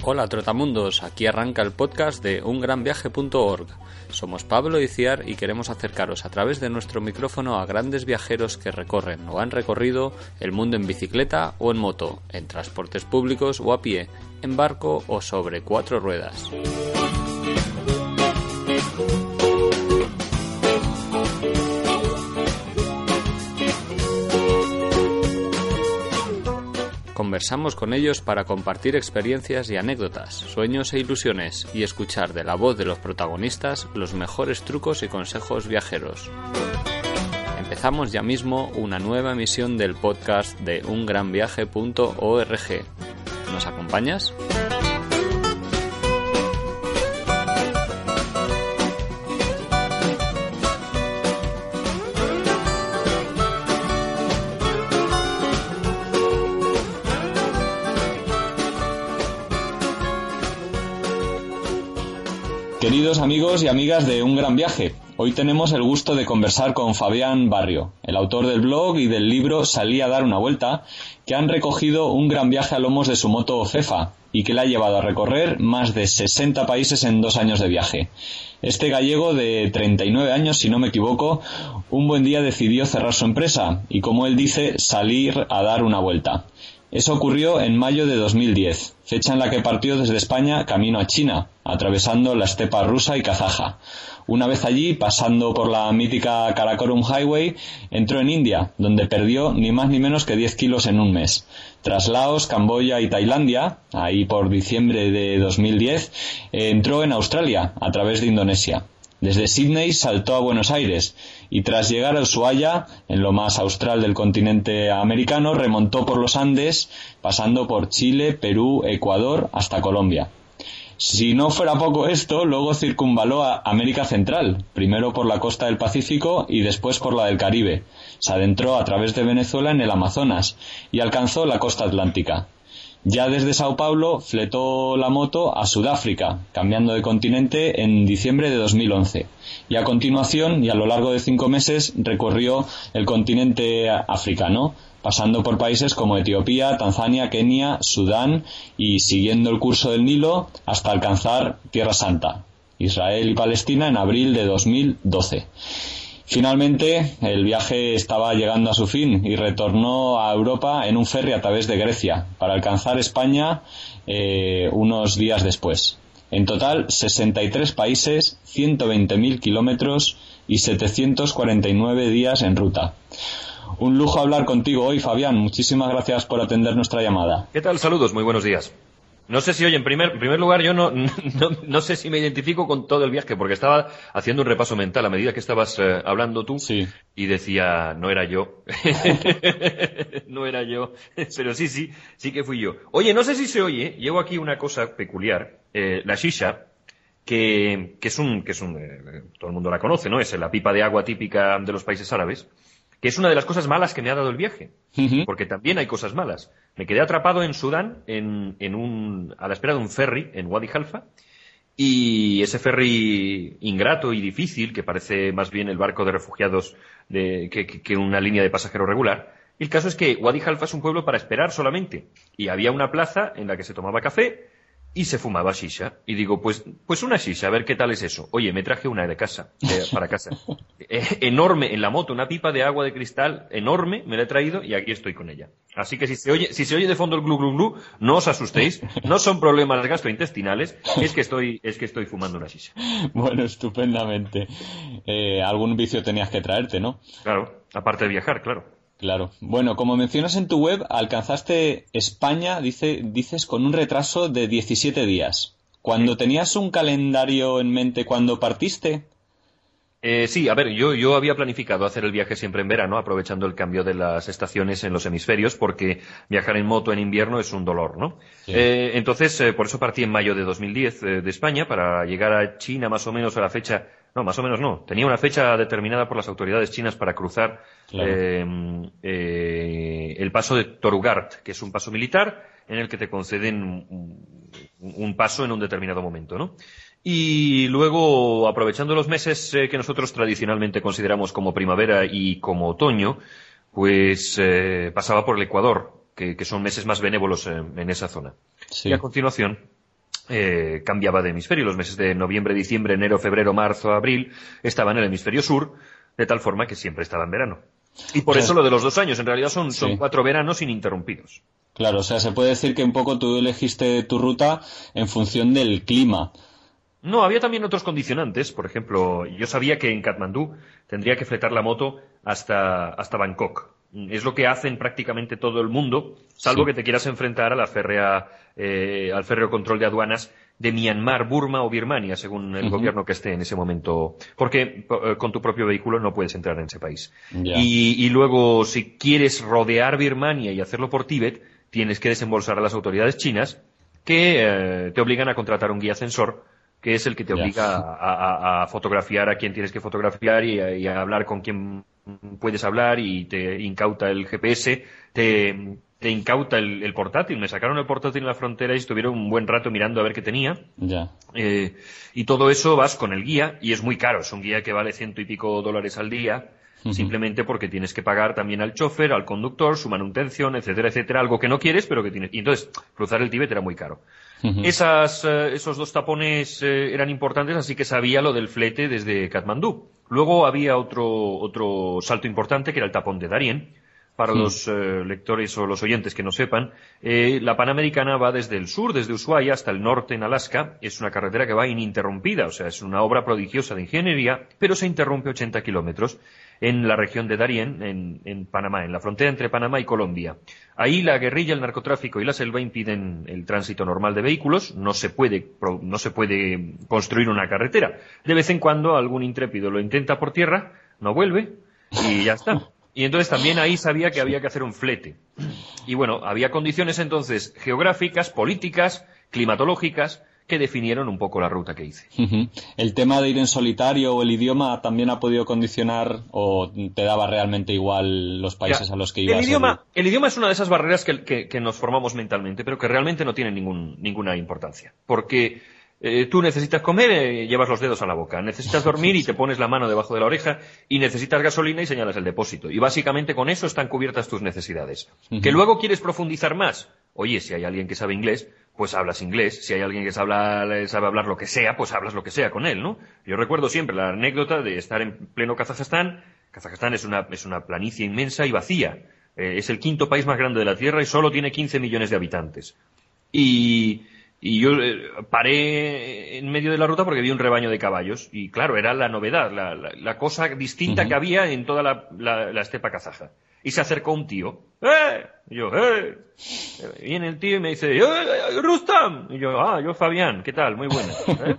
Hola Trotamundos, aquí arranca el podcast de ungranviaje.org. Somos Pablo y Ciar y queremos acercaros a través de nuestro micrófono a grandes viajeros que recorren o han recorrido el mundo en bicicleta o en moto, en transportes públicos o a pie, en barco o sobre 4 ruedas. Conversamos con ellos para compartir experiencias y anécdotas, sueños e ilusiones y escuchar de la voz de los protagonistas los mejores trucos y consejos viajeros. Empezamos ya mismo una nueva emisión del podcast de ungranviaje.org. ¿Nos acompañas? Queridos amigos y amigas de Un Gran Viaje, hoy tenemos el gusto de conversar con Fabián Barrio, el autor del blog y del libro Salí a dar una vuelta, que han recogido un gran viaje a lomos de su moto Fefa y que le ha llevado a recorrer más de 60 países en 2 años de viaje. Este gallego de 39 años, si no me equivoco, un buen día decidió cerrar su empresa y, como él dice, salir a dar una vuelta. Eso ocurrió en mayo de 2010, fecha en la que partió desde España camino a China, atravesando la estepa rusa y kazaja. Una vez allí, pasando por la mítica Karakorum Highway, entró en India, donde perdió ni más ni menos que 10 kilos en un mes. Tras Laos, Camboya y Tailandia, ahí por diciembre de 2010, entró en Australia, a través de Indonesia. Desde Sydney saltó a Buenos Aires y tras llegar a Ushuaia, en lo más austral del continente americano, remontó por los Andes, pasando por Chile, Perú, Ecuador, hasta Colombia. Si no fuera poco esto, luego circunvaló a América Central, primero por la costa del Pacífico y después por la del Caribe. Se adentró a través de Venezuela en el Amazonas y alcanzó la costa atlántica. Ya desde Sao Paulo fletó la moto a Sudáfrica, cambiando de continente en diciembre de 2011. Y a continuación, y a lo largo de 5 meses, recorrió el continente africano, pasando por países como Etiopía, Tanzania, Kenia, Sudán y siguiendo el curso del Nilo hasta alcanzar Tierra Santa, Israel y Palestina en abril de 2012. Finalmente, el viaje estaba llegando a su fin y retornó a Europa en un ferry a través de Grecia para alcanzar España unos días después. En total, 63 países, 120.000 kilómetros y 749 días en ruta. Un lujo hablar contigo hoy, Fabián. Muchísimas gracias por atender nuestra llamada. ¿Qué tal? Saludos, muy buenos días. No sé si, oye, en primer lugar, yo no sé si me identifico con todo el viaje, porque estaba haciendo un repaso mental a medida que estabas hablando tú, sí. Y decía, no era yo. No era yo, pero sí que fui yo. Oye, no sé si se oye, llevo aquí una cosa peculiar, la shisha, que es un todo el mundo la conoce, ¿no? Es la pipa de agua típica de los países árabes, que es una de las cosas malas que me ha dado el viaje, porque también hay cosas malas. Me quedé atrapado en Sudán, a la espera de un ferry en Wadi Halfa, y ese ferry ingrato y difícil, que parece más bien el barco de refugiados que una línea de pasajeros regular. Y el caso es que Wadi Halfa es un pueblo para esperar solamente, y había una plaza en la que se tomaba café y se fumaba shisha. Y digo, pues una shisha, a ver qué tal es eso. Oye, me traje una para casa. Enorme en la moto, una pipa de agua de cristal enorme, me la he traído y aquí estoy con ella. Así que si se oye de fondo el glu glu glu, no os asustéis, no son problemas gastrointestinales, es que estoy fumando una shisha. Bueno, estupendamente. Algún vicio tenías que traerte, ¿no? Claro, aparte de viajar, claro. Claro. Bueno, como mencionas en tu web, alcanzaste España, dices, con un retraso de 17 días. ¿Cuándo tenías un calendario en mente cuando partiste? Sí, a ver, yo había planificado hacer el viaje siempre en verano, aprovechando el cambio de las estaciones en los hemisferios, porque viajar en moto en invierno es un dolor, ¿no? Sí. Entonces, por eso partí en mayo de 2010 de España, para llegar a China más o menos a la fecha. No, más o menos no. Tenía una fecha determinada por las autoridades chinas para cruzar, claro, el paso de Torugart, que es un paso militar en el que te conceden un paso en un determinado momento, ¿no? Y luego, aprovechando los meses que nosotros tradicionalmente consideramos como primavera y como otoño, pues pasaba por el Ecuador, que son meses más benévolos en esa zona. Sí. Y a continuación cambiaba de hemisferio. Los meses de noviembre, diciembre, enero, febrero, marzo, abril estaban en el hemisferio sur, de tal forma que siempre estaba en verano. Y por eso lo de los 2 años, en realidad son 4 veranos ininterrumpidos. Claro, o sea, se puede decir que un poco tú elegiste tu ruta en función del clima. No, había también otros condicionantes. Por ejemplo, yo sabía que en Katmandú tendría que fletar la moto hasta Bangkok. Es lo que hacen prácticamente todo el mundo, salvo que te quieras enfrentar a la al férreo control de aduanas de Myanmar, Burma o Birmania, según el gobierno que esté en ese momento, porque con tu propio vehículo no puedes entrar en ese país. Yeah. Y luego, si quieres rodear Birmania y hacerlo por Tíbet, tienes que desembolsar a las autoridades chinas, que te obligan a contratar un guía censor, que es el que te obliga a fotografiar a quien tienes que fotografiar y a hablar con quien puedes hablar, y te incauta el GPS, te incauta el portátil. Me sacaron el portátil en la frontera y estuvieron un buen rato mirando a ver qué tenía. Y todo eso vas con el guía, y es muy caro. Es un guía que vale $100 y pico al día, simplemente porque tienes que pagar también al chofer, al conductor, su manutención, etcétera, etcétera, algo que no quieres, pero que tienes. Y entonces, cruzar el Tíbet era muy caro. Esos 2 tapones eran importantes, así que sabía lo del flete desde Katmandú. Luego había otro salto importante, que era el tapón de Darien. Para los lectores o los oyentes que no sepan, la Panamericana va desde el sur, desde Ushuaia, hasta el norte en Alaska. Es una carretera que va ininterrumpida, o sea, es una obra prodigiosa de ingeniería, pero se interrumpe 80 kilómetros en la región de Darien, en Panamá, en la frontera entre Panamá y Colombia. Ahí la guerrilla, el narcotráfico y la selva impiden el tránsito normal de vehículos. No se puede construir una carretera. De vez en cuando algún intrépido lo intenta por tierra, no vuelve y ya está. Y entonces también ahí sabía que había que hacer un flete. Y bueno, había condiciones entonces geográficas, políticas, climatológicas, que definieron un poco la ruta que hice. ¿El tema de ir en solitario o el idioma también ha podido condicionar, o te daba realmente igual los países a los que ibas? El idioma es una de esas barreras que nos formamos mentalmente, pero que realmente no tiene ninguna importancia. Porque tú necesitas comer, llevas los dedos a la boca. Necesitas dormir y te pones la mano debajo de la oreja. Y necesitas gasolina y señalas el depósito. Y básicamente con eso están cubiertas tus necesidades. ¿Que luego quieres profundizar más? Oye, si hay alguien que sabe inglés, pues hablas inglés. Si hay alguien que sabe hablar lo que sea, pues hablas lo que sea con él, ¿no? Yo recuerdo siempre la anécdota de estar en pleno Kazajstán. Kazajstán es una planicie inmensa y vacía. Es el 5º país más grande de la Tierra y solo tiene 15 millones de habitantes. Y yo paré en medio de la ruta porque vi un rebaño de caballos. Y claro, era la novedad, la cosa distinta que había en toda la estepa kazaja. Y se acercó un tío. Y yo, Viene el tío y me dice, Rustam. Y yo Fabián, ¿qué tal? Muy bueno.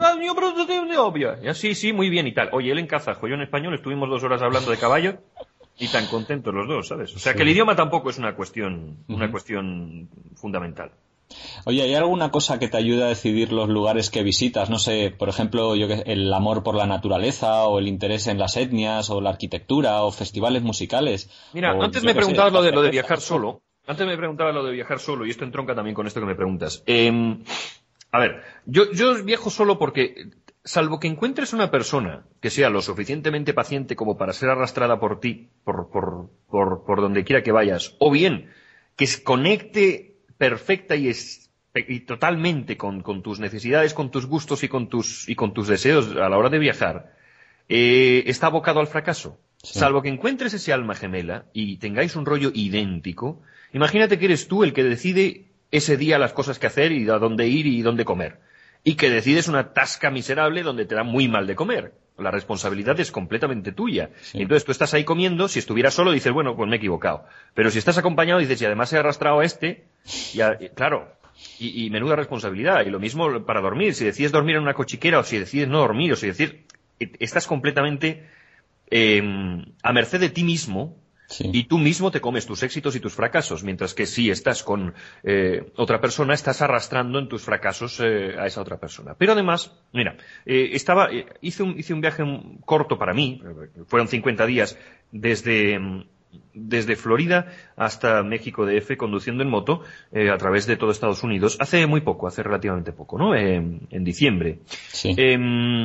Y así, sí, muy bien y tal. Oye, él en kazajo, yo en español, estuvimos 2 horas hablando de caballos y tan contentos los dos, ¿sabes? O sea, que el idioma tampoco es una cuestión fundamental. Oye, ¿hay alguna cosa que te ayude a decidir los lugares que visitas? No sé, por ejemplo, el amor por la naturaleza, o el interés en las etnias, o la arquitectura, o festivales musicales. Mira, antes me preguntabas lo de viajar solo. Antes me preguntabas lo de viajar solo, y esto entronca también con esto que me preguntas. A ver, yo viajo solo porque, salvo que encuentres una persona que sea lo suficientemente paciente como para ser arrastrada por ti, por donde quiera que vayas, o bien que se conecte perfecta y totalmente con tus necesidades, con tus gustos y con tus deseos a la hora de viajar, está abocado al fracaso. Sí. Salvo que encuentres ese alma gemela y tengáis un rollo idéntico. Imagínate que eres tú el que decide ese día las cosas que hacer y a dónde ir y dónde comer. Y que decides una tasca miserable donde te da muy mal de comer. La responsabilidad es completamente tuya. Sí. Entonces tú estás ahí comiendo. Si estuvieras solo dices, bueno, pues me he equivocado. Pero si estás acompañado dices, y además he arrastrado a claro, y menuda responsabilidad. Y lo mismo para dormir. Si decides dormir en una cochiquera, o si decides no dormir, o si decides, estás completamente a merced de ti mismo. Sí. Y tú mismo te comes tus éxitos y tus fracasos, mientras que si estás con otra persona, estás arrastrando en tus fracasos a esa otra persona. Pero además, mira, hice un viaje corto para mí, fueron 50 días desde Florida hasta México DF, conduciendo en moto a través de todo Estados Unidos, hace relativamente poco, ¿no? En diciembre. Sí.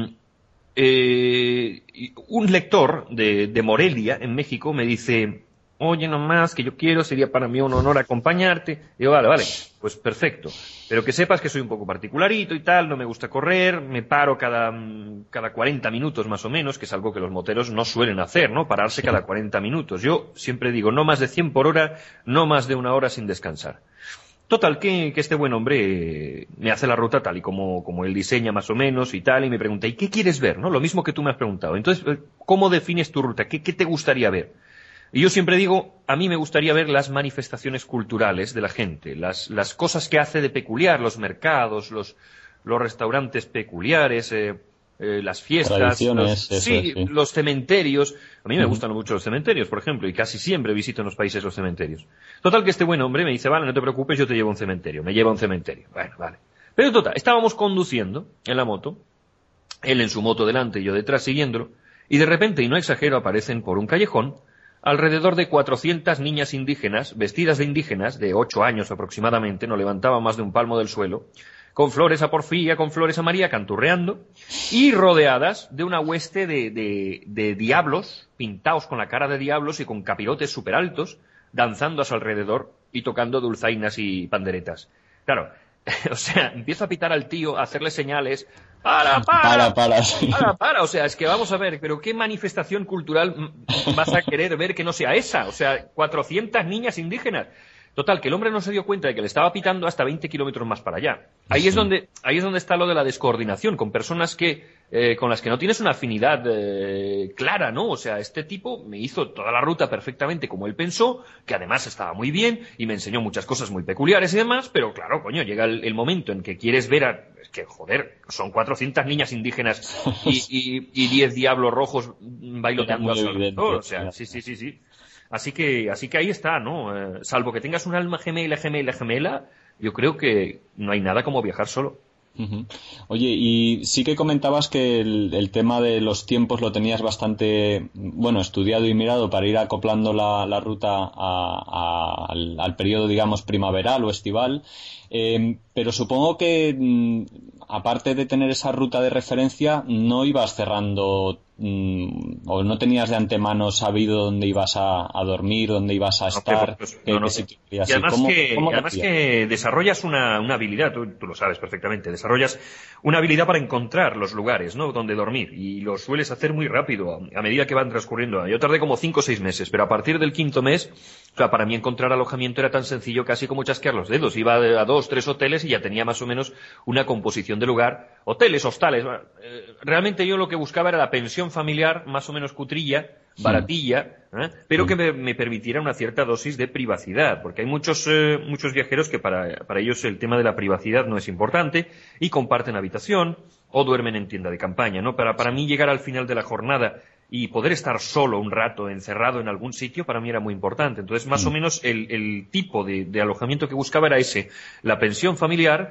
Un lector de Morelia, en México, me dice, oye, nomás, que yo quiero, sería para mí un honor acompañarte. Digo, vale, pues perfecto. Pero que sepas que soy un poco particularito y tal, no me gusta correr, me paro cada 40 minutos más o menos, que es algo que los moteros no suelen hacer, ¿no? Pararse cada 40 minutos. Yo siempre digo, no más de 100 por hora, no más de una hora sin descansar. Total, que este buen hombre me hace la ruta tal y como él diseña más o menos y tal, y me pregunta, ¿y qué quieres ver? ¿No? Lo mismo que tú me has preguntado. Entonces, ¿cómo defines tu ruta? ¿Qué te gustaría ver? Y yo siempre digo, a mí me gustaría ver las manifestaciones culturales de la gente, las cosas que hace de peculiar, los mercados, los restaurantes peculiares, las fiestas, los cementerios. A mí me gustan mucho los cementerios, por ejemplo, y casi siempre visito en los países los cementerios. Total, que este buen hombre me dice, vale, no te preocupes, yo te llevo a un cementerio. Me lleva a un cementerio. Bueno, vale. Pero total, estábamos conduciendo en la moto, él en su moto delante y yo detrás siguiéndolo, y de repente, y no exagero, aparecen por un callejón alrededor de 400 niñas indígenas, vestidas de indígenas, de 8 años aproximadamente, no levantaban más de un palmo del suelo, con flores a porfía, con flores a María, canturreando, y rodeadas de una hueste de diablos, pintados con la cara de diablos y con capirotes súper altos, danzando a su alrededor y tocando dulzainas y panderetas. Claro, o sea, empiezo a pitar al tío, a hacerle señales, para, o sea, es que vamos a ver, pero ¿qué manifestación cultural vas a querer ver que no sea esa? O sea, 400 niñas indígenas. Total, que el hombre no se dio cuenta de que le estaba pitando hasta 20 kilómetros más para allá. Ahí es donde está lo de la descoordinación, con personas con las que no tienes una afinidad clara, ¿no? O sea, este tipo me hizo toda la ruta perfectamente como él pensó, que además estaba muy bien, y me enseñó muchas cosas muy peculiares y demás, pero claro, coño, llega el momento en que quieres ver es que, joder, son 400 niñas indígenas y 10 diablos rojos bailoteando a su alrededor. O sea, sí. Así que ahí está, ¿no? Salvo que tengas un alma gemela, yo creo que no hay nada como viajar solo. Uh-huh. Oye, y sí que comentabas que el tema de los tiempos lo tenías bastante, bueno, estudiado y mirado para ir acoplando la ruta al periodo, digamos, primaveral o estival, pero supongo que aparte de tener esa ruta de referencia, no ibas cerrando o no tenías de antemano sabido dónde ibas a dormir, dónde ibas a estar, qué sitio querías ir. Y además que desarrollas una habilidad, tú lo sabes perfectamente, desarrollas una habilidad para encontrar los lugares, ¿no?, donde dormir, y lo sueles hacer muy rápido a medida que van transcurriendo. Yo tardé como 5 o 6 meses, pero a partir del 5.º mes, o sea, para mí encontrar alojamiento era tan sencillo casi como chasquear los dedos. Iba a 2, 3 hoteles y ya tenía más o menos una composición de lugar. Hoteles, hostales. Realmente yo lo que buscaba era la pensión familiar, más o menos cutrilla, baratilla, pero que me permitiera una cierta dosis de privacidad, porque hay muchos viajeros que para ellos el tema de la privacidad no es importante y comparten habitación o duermen en tienda de campaña, ¿no? Para mí llegar al final de la jornada y poder estar solo un rato encerrado en algún sitio para mí era muy importante. Entonces, más o menos el tipo de alojamiento que buscaba era ese, la pensión familiar,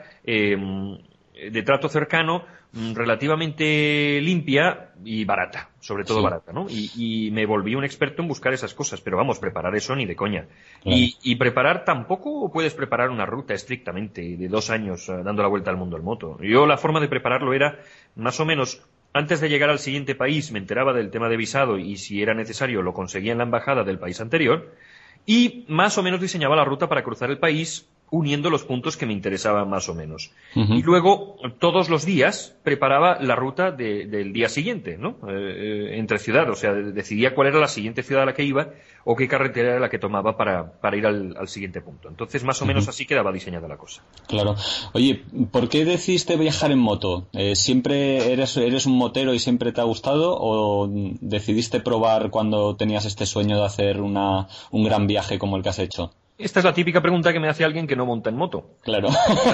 de trato cercano, relativamente limpia y barata, sobre todo barata, ¿no? Y me volví un experto en buscar esas cosas, pero vamos, preparar eso ni de coña. Claro. Y preparar, tampoco puedes preparar una ruta estrictamente de 2 años dando la vuelta al mundo en moto. Yo la forma de prepararlo era, más o menos, antes de llegar al siguiente país me enteraba del tema de visado y si era necesario lo conseguía en la embajada del país anterior, y más o menos diseñaba la ruta para cruzar el país uniendo los puntos que me interesaban más o menos. Uh-huh. Y luego, todos los días, preparaba la ruta del día siguiente, ¿no? Entre ciudad, o sea, decidía cuál era la siguiente ciudad a la que iba o qué carretera era la que tomaba para ir al siguiente punto. Entonces, más o menos así quedaba diseñada la cosa. Claro. Oye, ¿por qué decidiste viajar en moto? ¿Siempre eres un motero y siempre te ha gustado o decidiste probar cuando tenías este sueño de hacer un gran viaje como el que has hecho? Esta es la típica pregunta que me hace alguien que no monta en moto. Claro.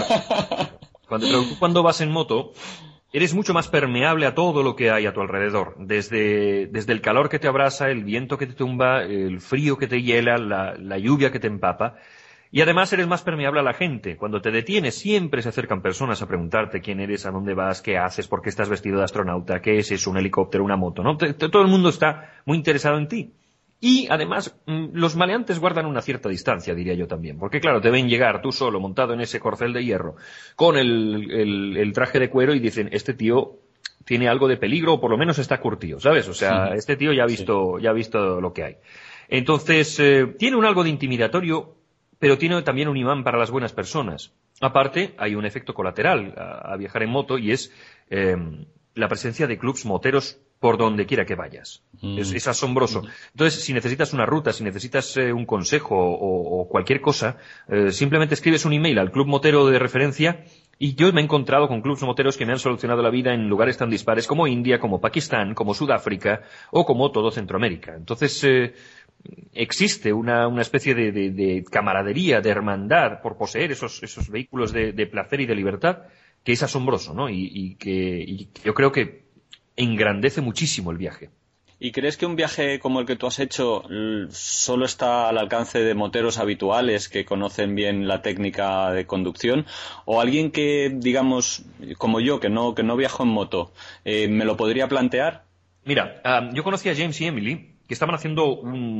Pero tú cuando vas en moto, eres mucho más permeable a todo lo que hay a tu alrededor. Desde el calor que te abrasa, el viento que te tumba, el frío que te hiela, la lluvia que te empapa. Y además eres más permeable a la gente. Cuando te detienes, siempre se acercan personas a preguntarte quién eres, a dónde vas, qué haces, por qué estás vestido de astronauta, qué es eso, un helicóptero, una moto, ¿no? Todo el mundo está muy interesado en ti. Y además, los maleantes guardan una cierta distancia, diría yo también. Porque claro, te ven llegar tú solo, montado en ese corcel de hierro, con el traje de cuero y dicen, este tío tiene algo de peligro o por lo menos está curtido, ¿sabes? O sea, este tío ya ha visto lo que hay. Entonces, tiene un algo de intimidatorio, pero tiene también un imán para las buenas personas. Aparte, hay un efecto colateral a viajar en moto y es la presencia de clubs moteros por donde quiera que vayas. Es asombroso. Entonces, si necesitas una ruta, si necesitas un consejo o cualquier cosa, simplemente escribes un email al club motero de referencia y yo me he encontrado con clubs moteros que me han solucionado la vida en lugares tan dispares como India, como Pakistán, como Sudáfrica o como todo Centroamérica. Entonces, existe una especie de camaradería, de hermandad por poseer esos vehículos de placer y de libertad que es asombroso, ¿no? Y que yo creo que engrandece muchísimo el viaje. ¿Y crees que un viaje como el que tú has hecho solo está al alcance de moteros habituales que conocen bien la técnica de conducción? ¿O alguien que, digamos, como yo, que no viajo en moto, me lo podría plantear? Mira, yo conocí a James y Emily, que estaban haciendo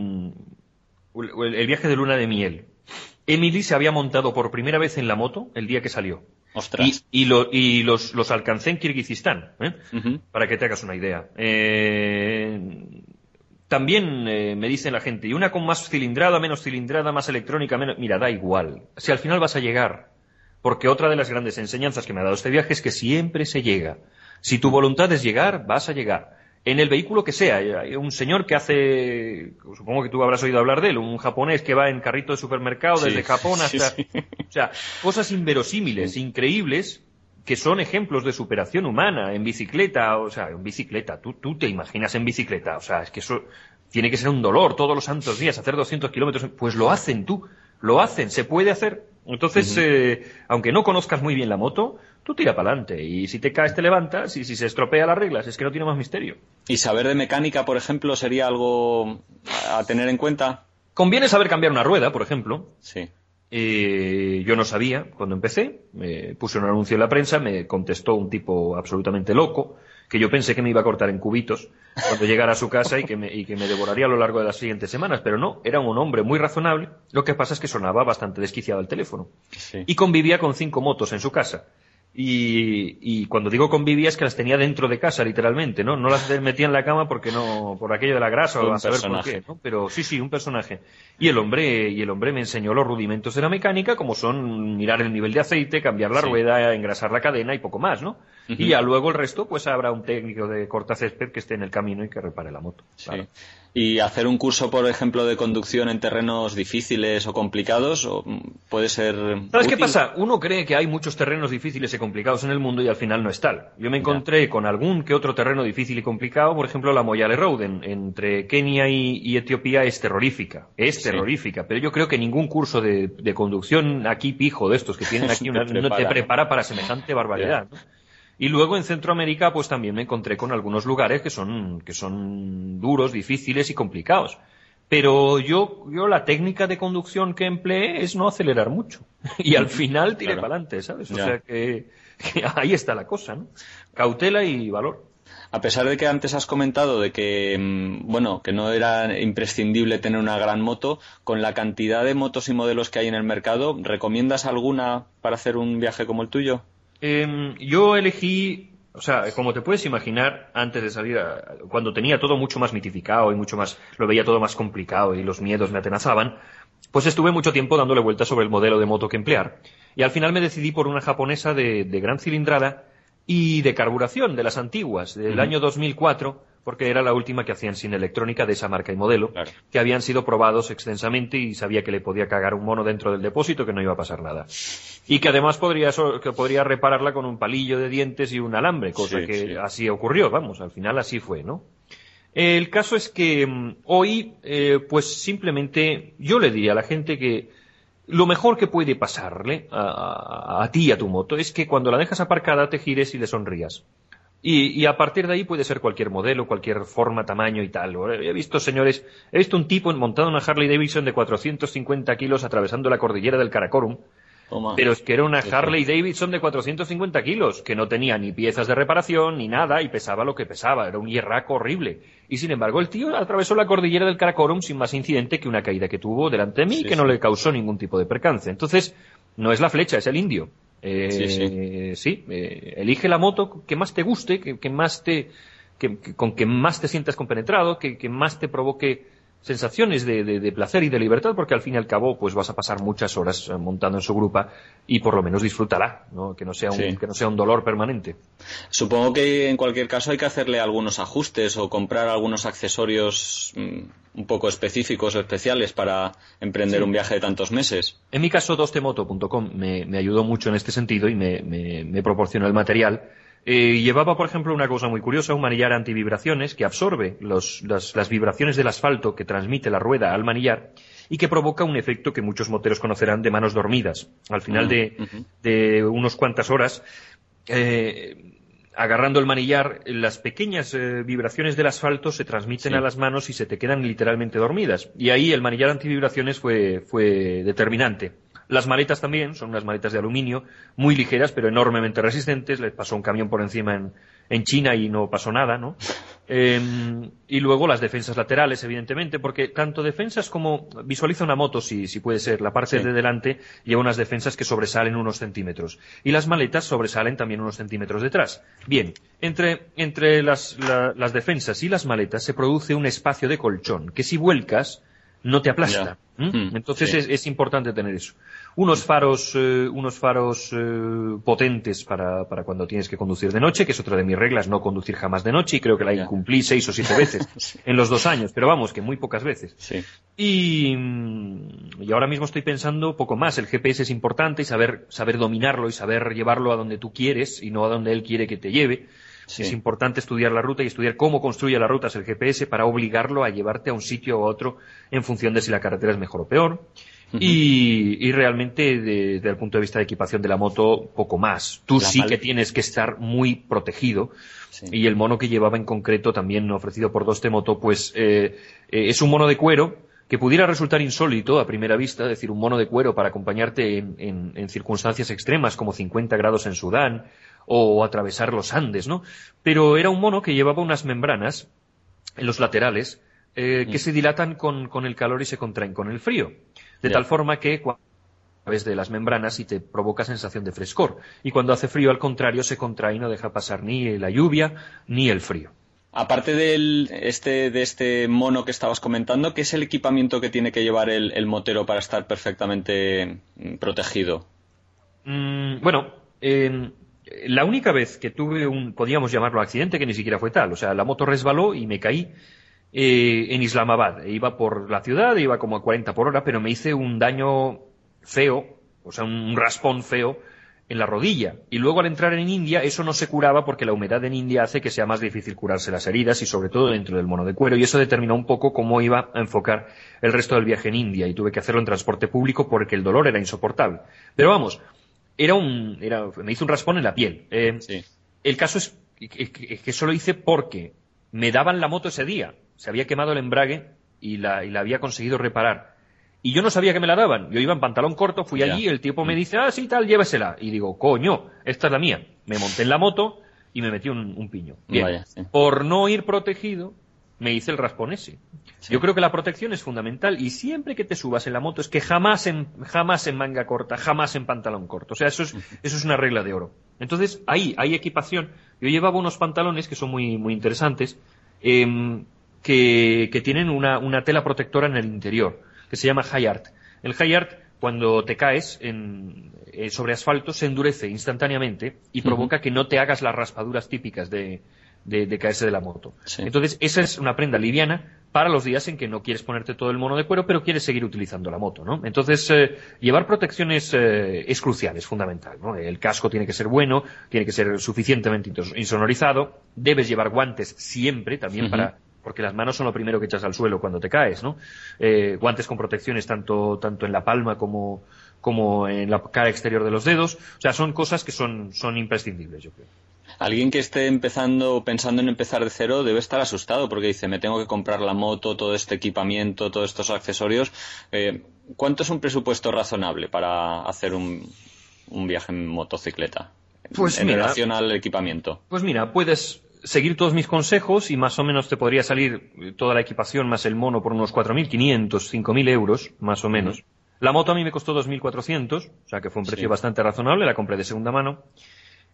el viaje de luna de miel. Emily se había montado por primera vez en la moto el día que salió. ¡Ostras! Y los alcancé en Kirguistán, para que te hagas una idea. También me dice la gente, y una con más cilindrada, menos cilindrada, más electrónica, menos... Mira, da igual. Si al final vas a llegar. Porque otra de las grandes enseñanzas que me ha dado este viaje es que siempre se llega. Si tu voluntad es llegar, vas a llegar. En el vehículo que sea. Hay un señor que hace, supongo que tú habrás oído hablar de él, un japonés que va en carrito de supermercado desde Japón hasta... Sí. O sea, cosas inverosímiles, increíbles, que son ejemplos de superación humana, en bicicleta, o sea, en bicicleta, tú te imaginas en bicicleta, o sea, es que eso tiene que ser un dolor todos los santos días, hacer 200 kilómetros, pues lo hacen lo hacen, se puede hacer. Entonces, aunque no conozcas muy bien la moto, tú tira para adelante. Y si te caes, te levantas. Y si se estropea las reglas, es que no tiene más misterio. ¿Y saber de mecánica, por ejemplo, sería algo a tener en cuenta? Conviene saber cambiar una rueda, por ejemplo. Sí. Yo no sabía cuando empecé. Puse un anuncio en la prensa, me contestó un tipo absolutamente loco, que yo pensé que me iba a cortar en cubitos cuando llegara a su casa y que me devoraría a lo largo de las siguientes semanas, pero no, era un hombre muy razonable. Lo que pasa es que sonaba bastante desquiciado el teléfono. Sí. Y convivía con 5 motos en su casa. Y cuando digo convivía es que las tenía dentro de casa, literalmente, ¿no? No las metía en la cama porque no, por aquello de la grasa o a saber por qué, ¿no? Pero sí, un personaje. Y el hombre me enseñó los rudimentos de la mecánica, como son mirar el nivel de aceite, cambiar la rueda, engrasar la cadena y poco más, ¿no? Y ya luego el resto, pues habrá un técnico de cortacésped que esté en el camino y que repare la moto. Sí. Claro. ¿Y hacer un curso, por ejemplo, de conducción en terrenos difíciles o complicados puede ser ¿Sabes útil? qué pasa? Uno cree que hay muchos terrenos difíciles y complicados en el mundo y al final no es tal. Yo me encontré con algún que otro terreno difícil y complicado, por ejemplo la Moyale Road entre Kenia y Etiopía es terrorífica. Es terrorífica, pero yo creo que ningún curso de conducción aquí pijo de estos que tienen aquí no te prepara para semejante barbaridad, ¿no? Y luego en Centroamérica pues también me encontré con algunos lugares que son duros, difíciles y complicados. Pero yo la técnica de conducción que empleé es no acelerar mucho. Y al final tiré para adelante, ¿sabes? O sea que ahí está la cosa, ¿no? Cautela y valor. A pesar de que antes has comentado de que, que no era imprescindible tener una gran moto, con la cantidad de motos y modelos que hay en el mercado, ¿recomiendas alguna para hacer un viaje como el tuyo? Yo elegí, o sea, como te puedes imaginar, antes de salir, cuando tenía todo mucho más mitificado y mucho más, lo veía todo más complicado y los miedos me atenazaban, pues estuve mucho tiempo dándole vueltas sobre el modelo de moto que emplear. Y al final me decidí por una japonesa de gran cilindrada y de carburación, de las antiguas, del año 2004, porque era la última que hacían sin electrónica de esa marca y modelo, que habían sido probados extensamente y sabía que le podía cagar un mono dentro del depósito que no iba a pasar nada. Y que además podría repararla con un palillo de dientes y un alambre, cosa que así ocurrió, vamos, al final así fue, ¿no? El caso es que hoy, pues simplemente yo le diría a la gente que lo mejor que puede pasarle a ti y a tu moto es que cuando la dejas aparcada te gires y le sonrías. Y a partir de ahí puede ser cualquier modelo, cualquier forma, tamaño y tal. He visto un tipo montado en una Harley Davidson de 450 kilos atravesando la cordillera del Karakorum. Pero es que era una Harley Davidson de 450 kilos, que no tenía ni piezas de reparación ni nada y pesaba lo que pesaba. Era un hierraco horrible. Y sin embargo el tío atravesó la cordillera del Karakorum sin más incidente que una caída que tuvo delante de mí que no le causó ningún tipo de percance. Entonces, no es la flecha, es el indio. Elige la moto que más te guste, con que más te sientas compenetrado, que más te provoque sensaciones de placer y de libertad, porque al fin y al cabo pues vas a pasar muchas horas montando en su grupa y por lo menos disfrútala, ¿no? Que no sea un dolor permanente. Supongo que en cualquier caso hay que hacerle algunos ajustes o comprar algunos accesorios un poco específicos o especiales para emprender un viaje de tantos meses. En mi caso, dostemoto.com me ayudó mucho en este sentido y me proporcionó el material. Llevaba, por ejemplo, una cosa muy curiosa, un manillar antivibraciones que absorbe las vibraciones del asfalto que transmite la rueda al manillar y que provoca un efecto que muchos moteros conocerán de manos dormidas. Al final de unos cuantas horas, agarrando el manillar, las pequeñas vibraciones del asfalto se transmiten a las manos y se te quedan literalmente dormidas. Y ahí el manillar antivibraciones fue determinante. Las maletas también, son unas maletas de aluminio, muy ligeras pero enormemente resistentes. Les pasó un camión por encima en China y no pasó nada, ¿no? Y luego las defensas laterales, evidentemente, porque tanto defensas como... Visualiza una moto, si puede ser. La parte de delante lleva unas defensas que sobresalen unos centímetros. Y las maletas sobresalen también unos centímetros detrás. Bien, entre las defensas y las maletas se produce un espacio de colchón que si vuelcas no te aplasta. Entonces es importante tener eso. Unos faros potentes para cuando tienes que conducir de noche, que es otra de mis reglas, no conducir jamás de noche, y creo que la incumplí 6 o 7 veces en los 2 años, pero vamos, que muy pocas veces. Y ahora mismo estoy pensando poco más. El GPS es importante y saber dominarlo y saber llevarlo a donde tú quieres y no a donde él quiere que te lleve. Es importante estudiar la ruta y estudiar cómo construye las rutas el GPS para obligarlo a llevarte a un sitio u otro en función de si la carretera es mejor o peor. Y realmente, desde el punto de vista de equipación de la moto, poco más. Tú que tienes que estar muy protegido. Y el mono que llevaba en concreto, también ofrecido por Dostemoto, pues es un mono de cuero que pudiera resultar insólito a primera vista, es decir, un mono de cuero para acompañarte en circunstancias extremas como 50 grados en Sudán o atravesar los Andes, ¿no? Pero era un mono que llevaba unas membranas en los laterales que se dilatan con el calor y se contraen con el frío. De tal forma que a través de las membranas y te provoca sensación de frescor. Y cuando hace frío, al contrario, se contrae y no deja pasar ni la lluvia ni el frío. Aparte de este mono que estabas comentando, ¿qué es el equipamiento que tiene que llevar el motero para estar perfectamente protegido? La única vez que tuve podríamos llamarlo accidente, que ni siquiera fue tal, o sea, la moto resbaló y me caí en Islamabad. Iba por la ciudad, iba como a 40 por hora, pero me hice un daño feo, o sea, un raspón feo en la rodilla. Y luego al entrar en India, eso no se curaba porque la humedad en India hace que sea más difícil curarse las heridas y sobre todo dentro del mono de cuero. Y eso determinó un poco cómo iba a enfocar el resto del viaje en India. Y tuve que hacerlo en transporte público porque el dolor era insoportable. Pero vamos, me hizo un raspón en la piel. El caso es que eso lo hice porque me daban la moto ese día. Se había quemado el embrague y la había conseguido reparar. Y yo no sabía que me la daban. Yo iba en pantalón corto, fui allí, el tipo me dice, sí, tal, llévesela. Y digo, coño, esta es la mía. Me monté en la moto y me metí un piño. Bien, por no ir protegido, me hice el raspón ese. Yo creo que la protección es fundamental y siempre que te subas en la moto es que jamás en manga corta, jamás en pantalón corto. O sea, eso es una regla de oro. Entonces, ahí hay equipación. Yo llevaba unos pantalones que son muy, muy interesantes, que tienen una tela protectora en el interior, que se llama High Art. El High Art, cuando te caes sobre asfalto, se endurece instantáneamente y provoca que no te hagas las raspaduras típicas de caerse de la moto. Entonces, esa es una prenda liviana para los días en que no quieres ponerte todo el mono de cuero, pero quieres seguir utilizando la moto, ¿no? Entonces, llevar protección es crucial, es fundamental, ¿no? El casco tiene que ser bueno, tiene que ser suficientemente insonorizado, debes llevar guantes siempre, también porque las manos son lo primero que echas al suelo cuando te caes, ¿no? Guantes con protecciones tanto en la palma como en la cara exterior de los dedos. O sea, son cosas que son imprescindibles, yo creo. Alguien que esté pensando en empezar de cero debe estar asustado porque dice, me tengo que comprar la moto, todo este equipamiento, todos estos accesorios. ¿Cuánto es un presupuesto razonable para hacer un viaje en motocicleta en relación al equipamiento? Pues mira, puedes seguir todos mis consejos y más o menos te podría salir toda la equipación más el mono por unos 4.500, 5.000 euros, más o menos. La moto a mí me costó 2.400, o sea que fue un precio bastante razonable, la compré de segunda mano.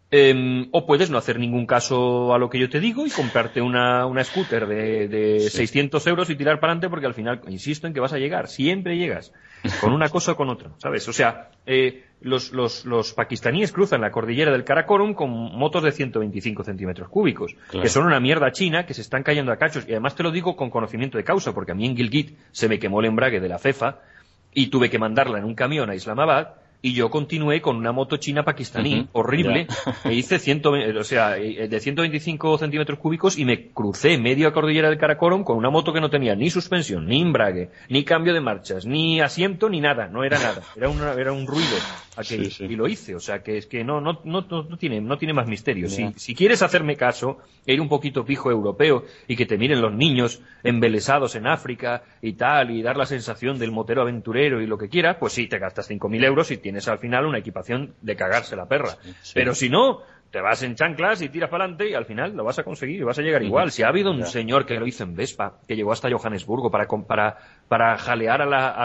O puedes no hacer ningún caso a lo que yo te digo y comprarte una scooter de 600 euros y tirar para adelante, porque al final, insisto en que vas a llegar, siempre llegas, con una cosa o con otra, ¿sabes? O sea, los pakistaníes cruzan la cordillera del Karakorum con motos de 125 centímetros cúbicos, claro, que son una mierda china, que se están cayendo a cachos, y además te lo digo con conocimiento de causa, porque a mí en Gilgit se me quemó el embrague de la FEFA y tuve que mandarla en un camión a Islamabad. Y yo continué con una moto china pakistaní, horrible, e hice de 125 centímetros cúbicos y me crucé media cordillera del Karakorum con una moto que no tenía ni suspensión, ni embrague, ni cambio de marchas, ni asiento, ni nada, no era nada, era un ruido aquello, y lo hice, o sea que es que no tiene más misterio. Si quieres hacerme caso, ir un poquito pijo europeo y que te miren los niños embelesados en África y tal, y dar la sensación del motero aventurero y lo que quieras, pues sí, te gastas 5.000 euros y tienes al final una equipación de cagarse la perra. Sí. Pero si no, te vas en chanclas y tiras para adelante y al final lo vas a conseguir y vas a llegar igual. Si ha habido un señor que lo hizo en Vespa, que llegó hasta Johannesburgo para jalear a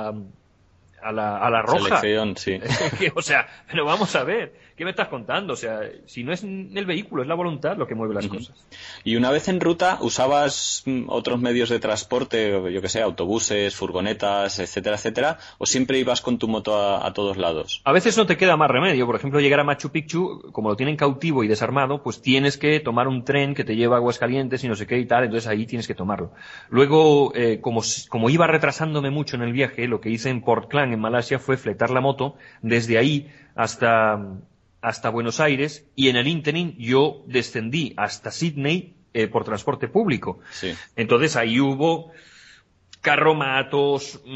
la roja. Selección, sí. O sea, pero vamos a ver, ¿qué me estás contando? O sea, si no es el vehículo, es la voluntad lo que mueve las cosas. Y una vez en ruta, ¿usabas otros medios de transporte, yo que sé, autobuses, furgonetas, etcétera, etcétera? ¿O siempre ibas con tu moto a todos lados? A veces no te queda más remedio. Por ejemplo, llegar a Machu Picchu, como lo tienen cautivo y desarmado, pues tienes que tomar un tren que te lleva a Aguascalientes y no sé qué y tal, entonces ahí tienes que tomarlo. Luego, como iba retrasándome mucho en el viaje, lo que hice en Port Klang, en Malasia, fue fletar la moto desde ahí hasta Buenos Aires, y en el ínterin yo descendí hasta Sydney por transporte público. Sí. Entonces ahí hubo carromatos,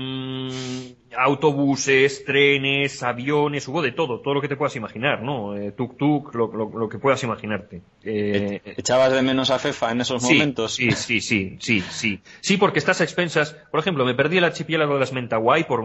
autobuses, trenes, aviones, hubo de todo lo que te puedas imaginar, ¿no? Tuk-tuk, lo que puedas imaginarte. ¿Echabas de menos a FEFA en esos momentos? Sí, porque estás a expensas. Por ejemplo, me perdí el archipiélago de las Mentawai por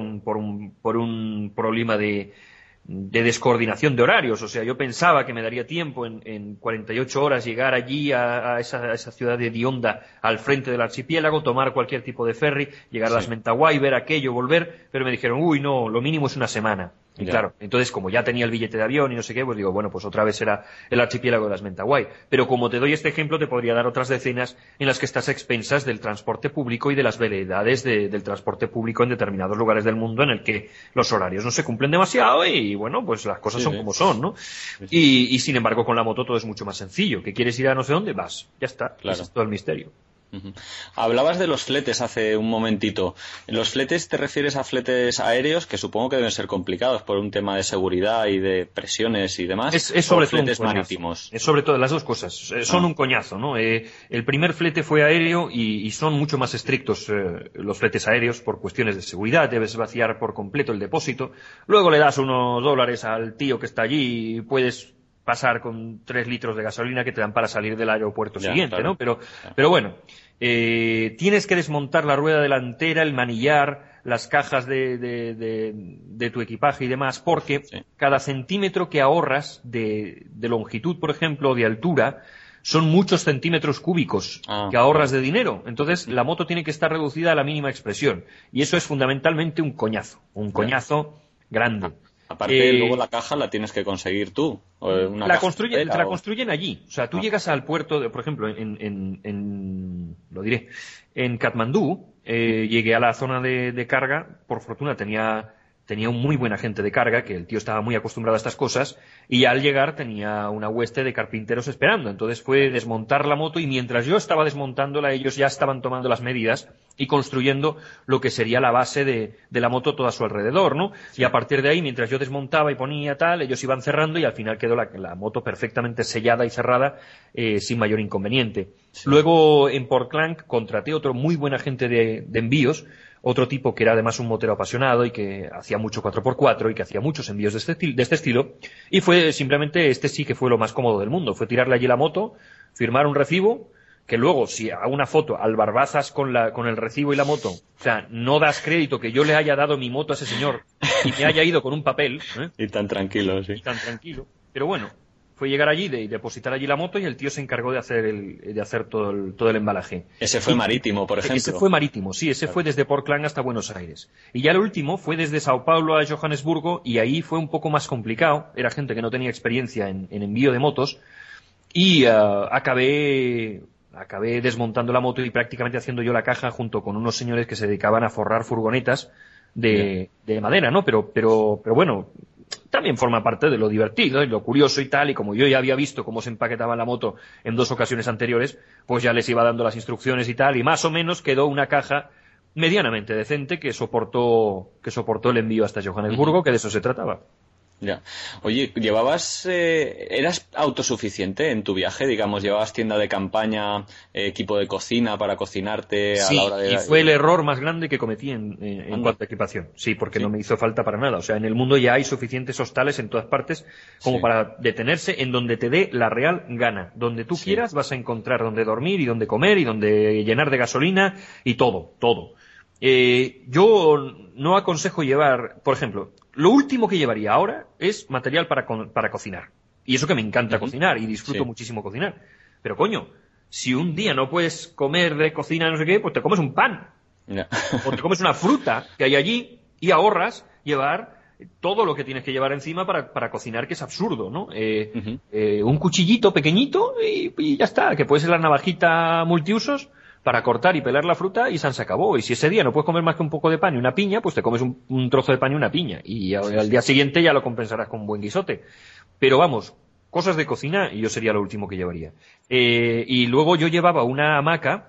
un problema de descoordinación de horarios. O sea, yo pensaba que me daría tiempo en 48 horas llegar allí a esa ciudad de Dionda al frente del archipiélago, tomar cualquier tipo de ferry, llegar a las Mentawai, ver aquello, volver, pero me dijeron, no, lo mínimo es una semana. Y claro, entonces como ya tenía el billete de avión y no sé qué, pues digo, bueno, pues otra vez será el archipiélago de las Mentawai. Pero como te doy este ejemplo, te podría dar otras decenas en las que estás a expensas del transporte público y de las veleidades del transporte público en determinados lugares del mundo en el que los horarios no se cumplen demasiado y bueno, pues las cosas son como son, ¿no? Y sin embargo con la moto todo es mucho más sencillo. ¿Que quieres ir a no sé dónde? Vas, ya está. Claro. Ese es todo el misterio. Hablabas de los fletes hace un momentito. ¿Los fletes te refieres a fletes aéreos, que supongo que deben ser complicados por un tema de seguridad y de presiones y demás? Es sobre todo fletes marítimos. Es sobre todo las dos cosas. Son un coñazo, ¿no? El primer flete fue aéreo y son mucho más estrictos los fletes aéreos por cuestiones de seguridad. Debes vaciar por completo el depósito. Luego le das unos dólares al tío que está allí y puedes pasar con 3 litros de gasolina que te dan para salir del aeropuerto siguiente, claro, ¿no? Pero bueno, tienes que desmontar la rueda delantera, el manillar, las cajas de tu equipaje y demás, porque cada centímetro que ahorras de longitud, por ejemplo, o de altura, son muchos centímetros cúbicos que ahorras de dinero. Entonces, la moto tiene que estar reducida a la mínima expresión. Y eso es fundamentalmente un coñazo grande. Aparte, luego la caja la tienes que conseguir tú. Te la construyen allí. O sea, tú llegas al puerto, por ejemplo, lo diré, en Katmandú, llegué a la zona de carga, por fortuna tenía un muy buen agente de carga, que el tío estaba muy acostumbrado a estas cosas, y al llegar tenía una hueste de carpinteros esperando. Entonces fue desmontar la moto y mientras yo estaba desmontándola, ellos ya estaban tomando las medidas y construyendo lo que sería la base de la moto todo a su alrededor, ¿no? Sí. Y a partir de ahí, mientras yo desmontaba y ponía tal, ellos iban cerrando y al final quedó la moto perfectamente sellada y cerrada sin mayor inconveniente. Sí. Luego en Port Klang contraté otro muy buen agente de envíos, otro tipo que era además un motero apasionado y que hacía mucho 4x4 y que hacía muchos envíos de este estilo, y fue simplemente, sí que fue lo más cómodo del mundo, fue tirarle allí la moto, firmar un recibo, que luego si hago una foto al barbazas con el recibo y la moto, o sea, no das crédito que yo le haya dado mi moto a ese señor y me haya ido con un papel, Y tan tranquilo, sí. Y tan tranquilo, pero bueno, fue llegar allí y depositar allí la moto, y el tío se encargó de hacer todo el embalaje. Ese fue marítimo, por ejemplo. Ese fue marítimo, sí, ese fue desde Portland hasta Buenos Aires. Y ya el último fue desde Sao Paulo a Johannesburgo, y ahí fue un poco más complicado. Era gente que no tenía experiencia en envío de motos, y acabé desmontando la moto y prácticamente haciendo yo la caja junto con unos señores que se dedicaban a forrar furgonetas de madera, ¿no? Pero bueno, también forma parte de lo divertido y lo curioso y tal, y como yo ya había visto cómo se empaquetaba la moto en 2 ocasiones anteriores, pues ya les iba dando las instrucciones y tal, y más o menos quedó una caja medianamente decente que soportó el envío hasta Johannesburgo, que de eso se trataba. Ya. Oye, ¿eras autosuficiente en tu viaje? Digamos, ¿llevabas tienda de campaña, equipo de cocina para cocinarte a la hora de...? Sí, y fue el error más grande que cometí en cuanto a equipación. Sí, porque no me hizo falta para nada. O sea, en el mundo ya hay suficientes hostales en todas partes como para detenerse en donde te dé la real gana. Donde tú quieras vas a encontrar donde dormir y donde comer y donde llenar de gasolina y todo. Yo no aconsejo llevar, por ejemplo, lo último que llevaría ahora es material para cocinar. Y eso que me encanta cocinar y disfruto muchísimo cocinar. Pero coño, si un día no puedes comer de cocina no sé qué, pues te comes un pan. O te comes una fruta que hay allí y ahorras llevar todo lo que tienes que llevar encima para cocinar, que es absurdo, ¿no? Un cuchillito pequeñito y ya está, que puede ser la navajita multiusos para cortar y pelar la fruta y se acabó. Y si ese día no puedes comer más que un poco de pan y una piña, pues te comes un trozo de pan y una piña. Y al día siguiente ya lo compensarás con un buen guisote. Pero vamos, cosas de cocina y yo sería lo último que llevaría. Y luego yo llevaba una hamaca,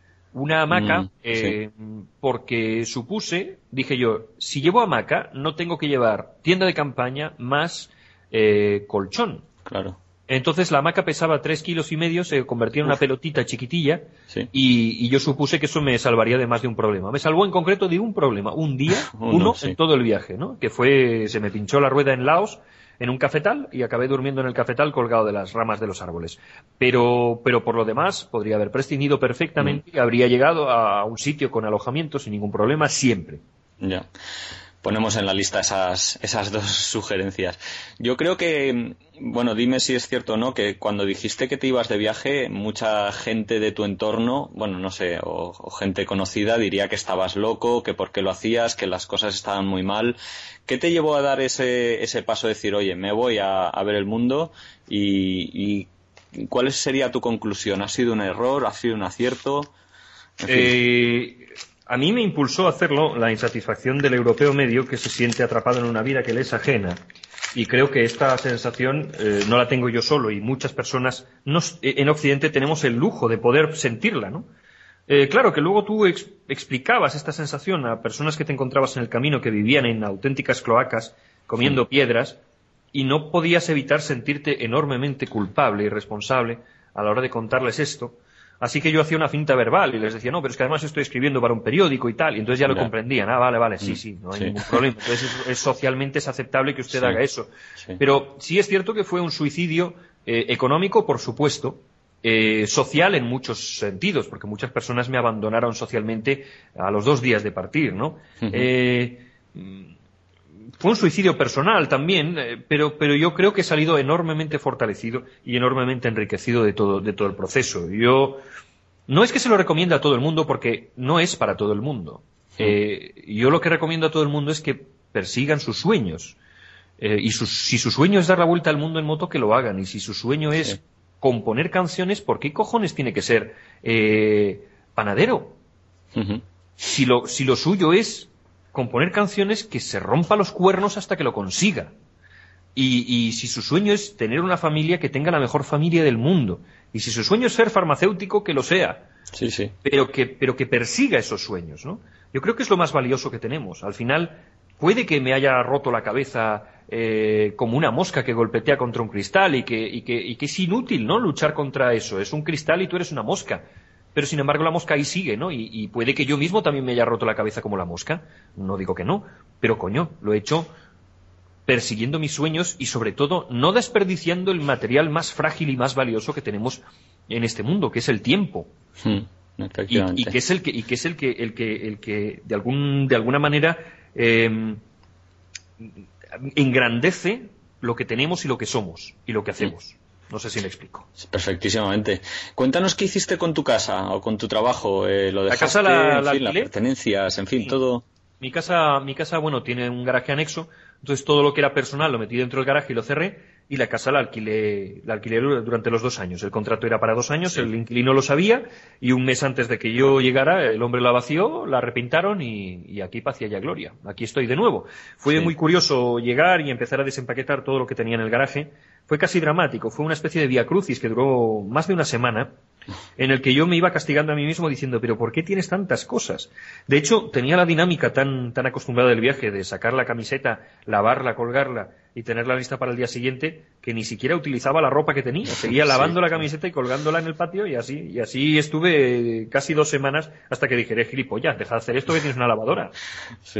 porque dije yo, si llevo hamaca no tengo que llevar tienda de campaña más colchón. Claro. Entonces la hamaca pesaba 3,5 kilos, se convertía en una pelotita chiquitilla, y yo supuse que eso me salvaría de más de un problema. Me salvó en concreto de un problema, un día, en todo el viaje, ¿no? Que se me pinchó la rueda en Laos, en un cafetal, y acabé durmiendo en el cafetal colgado de las ramas de los árboles. Pero por lo demás, podría haber prescindido perfectamente y habría llegado a un sitio con alojamiento sin ningún problema siempre. Ya. Ponemos en la lista esas 2 sugerencias. Yo creo que, bueno, dime si es cierto o no, que cuando dijiste que te ibas de viaje, mucha gente de tu entorno, bueno, no sé, o gente conocida diría que estabas loco, que por qué lo hacías, que las cosas estaban muy mal. ¿Qué te llevó a dar ese paso de decir, oye, me voy a ver el mundo? Y ¿cuál sería tu conclusión? ¿Ha sido un error? ¿Ha sido un acierto? En fin. A mí me impulsó a hacerlo la insatisfacción del europeo medio que se siente atrapado en una vida que le es ajena. Y creo que esta sensación no la tengo yo solo, y muchas personas en Occidente tenemos el lujo de poder sentirla, ¿no? Claro que luego tú explicabas esta sensación a personas que te encontrabas en el camino, que vivían en auténticas cloacas, comiendo piedras, y no podías evitar sentirte enormemente culpable y responsable a la hora de contarles esto. Así que yo hacía una finta verbal y les decía, no, pero es que además estoy escribiendo para un periódico y tal, y entonces ya lo comprendían. Vale, sí, no hay ningún problema. Entonces socialmente es aceptable que usted haga eso. Pero sí es cierto que fue un suicidio económico, por supuesto, social en muchos sentidos, porque muchas personas me abandonaron socialmente a los 2 días de partir, ¿no? Fue un suicidio personal también, pero yo creo que he salido enormemente fortalecido y enormemente enriquecido de todo el proceso. Yo no es que se lo recomiende a todo el mundo, porque no es para todo el mundo. Yo lo que recomiendo a todo el mundo es que persigan sus sueños. Si su sueño es dar la vuelta al mundo en moto, que lo hagan. Y si su sueño es componer canciones, ¿por qué cojones tiene que ser panadero? Si lo suyo es componer canciones, que se rompa los cuernos hasta que lo consiga. Y si su sueño es tener una familia, que tenga la mejor familia del mundo. Y si su sueño es ser farmacéutico, que lo sea. Pero que persiga esos sueños, ¿no? Yo creo que es lo más valioso que tenemos. Al final, puede que me haya roto la cabeza como una mosca que golpetea contra un cristal y que es inútil, ¿no?, luchar contra eso. Es un cristal y tú eres una mosca. Pero sin embargo la mosca ahí sigue, ¿no? Y puede que yo mismo también me haya roto la cabeza como la mosca. No digo que no, pero coño, lo he hecho persiguiendo mis sueños y sobre todo no desperdiciando el material más frágil y más valioso que tenemos en este mundo, que es el tiempo. Y que es el que de alguna manera engrandece lo que tenemos y lo que somos y lo que hacemos. No sé si me explico. Perfectísimamente. Cuéntanos qué hiciste con tu casa o con tu trabajo. Lo dejaste, La casa la en fin, alquilé. las pertenencias, en fin, Sí. todo. Mi casa, bueno, tiene un garaje anexo, entonces todo lo que era personal lo metí dentro del garaje y lo cerré, y la casa la alquilé durante los 2 años. El contrato era para 2 años, Sí. el inquilino lo sabía, y un mes antes de que yo llegara, el hombre la vació, la repintaron, y aquí paz y haya gloria. Aquí estoy de nuevo. Fue Sí. muy curioso llegar y empezar a desempaquetar todo lo que tenía en el garaje. Fue casi dramático, fue una especie de vía crucis que duró más de una semana, en el que yo me iba castigando a mí mismo diciendo, pero ¿por qué tienes tantas cosas? De hecho, tenía la dinámica tan acostumbrada del viaje de sacar la camiseta, lavarla, colgarla y tenerla lista para el día siguiente, que ni siquiera utilizaba la ropa que tenía. Seguía lavando la camiseta y colgándola en el patio, y así estuve casi 2 semanas hasta que dije, gilipollas, deja de hacer esto que tienes una lavadora. Sí.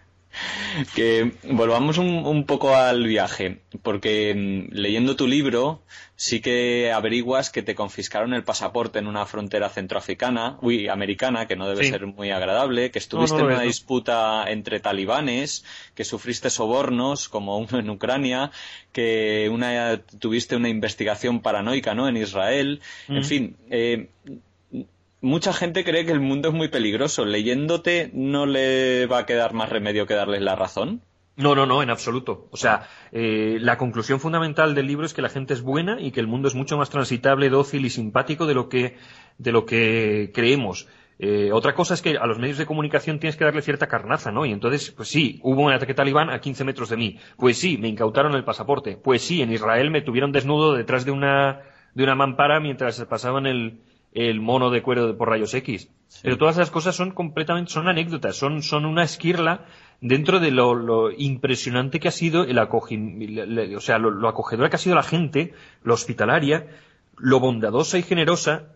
Que volvamos un poco al viaje, porque leyendo tu libro sí que averiguas que te confiscaron el pasaporte en una frontera americana, que no debe Sí. ser muy agradable, que estuviste No, en no una es, no. disputa entre talibanes, que sufriste sobornos, como uno en Ucrania, que tuviste una investigación paranoica, ¿no?, en Israel. En fin, mucha gente cree que el mundo es muy peligroso. Leyéndote, ¿no le va a quedar más remedio que darles la razón? No, en absoluto. O sea, la conclusión fundamental del libro es que la gente es buena y que el mundo es mucho más transitable, dócil y simpático de lo que creemos. Otra cosa es que a los medios de comunicación tienes que darle cierta carnaza, ¿no? Y entonces, pues sí, hubo un ataque talibán a 15 metros de mí. Pues sí, me incautaron el pasaporte. Pues sí, en Israel me tuvieron desnudo detrás de una mampara mientras pasaban el mono de cuero por rayos X. Sí. Pero todas esas cosas son anécdotas, son una esquirla dentro de lo impresionante que ha sido lo acogedora que ha sido la gente, lo hospitalaria, lo bondadosa y generosa,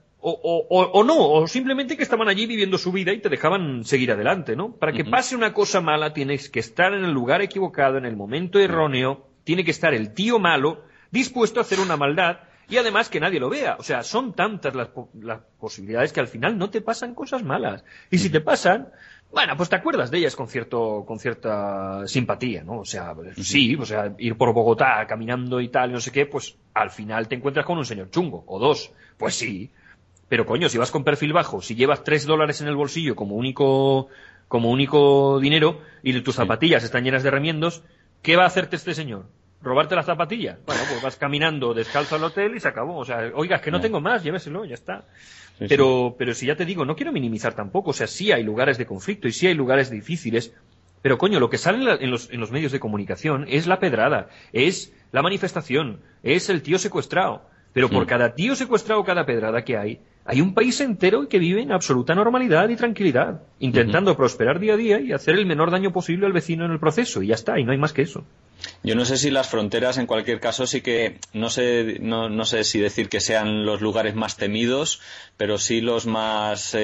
o simplemente que estaban allí viviendo su vida y te dejaban seguir adelante, ¿no? Para que pase una cosa mala tienes que estar en el lugar equivocado, en el momento erróneo, tiene que estar el tío malo dispuesto a hacer una maldad. Y además que nadie lo vea. O sea, son tantas las posibilidades que al final no te pasan cosas malas. Y si te pasan, bueno, pues te acuerdas de ellas con cierta simpatía, ¿no? O sea, sí, o sea, ir por Bogotá caminando y tal, y no sé qué, pues al final te encuentras con un señor chungo, o 2. Pues sí. Pero coño, si vas con perfil bajo, si llevas $3 en el bolsillo como único dinero, y tus zapatillas están llenas de remiendos, ¿qué va a hacerte este señor? ¿Robarte las zapatillas? Bueno, pues vas caminando descalzo al hotel y se acabó. O sea, oiga, es que no tengo más, lléveselo, ya está. Sí, pero si ya te digo, no quiero minimizar tampoco. O sea, sí hay lugares de conflicto y sí hay lugares difíciles. Pero coño, lo que sale en los medios de comunicación es la pedrada, es la manifestación, es el tío secuestrado. Pero por cada tío secuestrado, cada pedrada que hay un país entero que vive en absoluta normalidad y tranquilidad, intentando prosperar día a día y hacer el menor daño posible al vecino en el proceso. Y ya está, y no hay más que eso. Yo no sé si las fronteras, en cualquier caso, sí que no sé si decir que sean los lugares más temidos, pero sí los más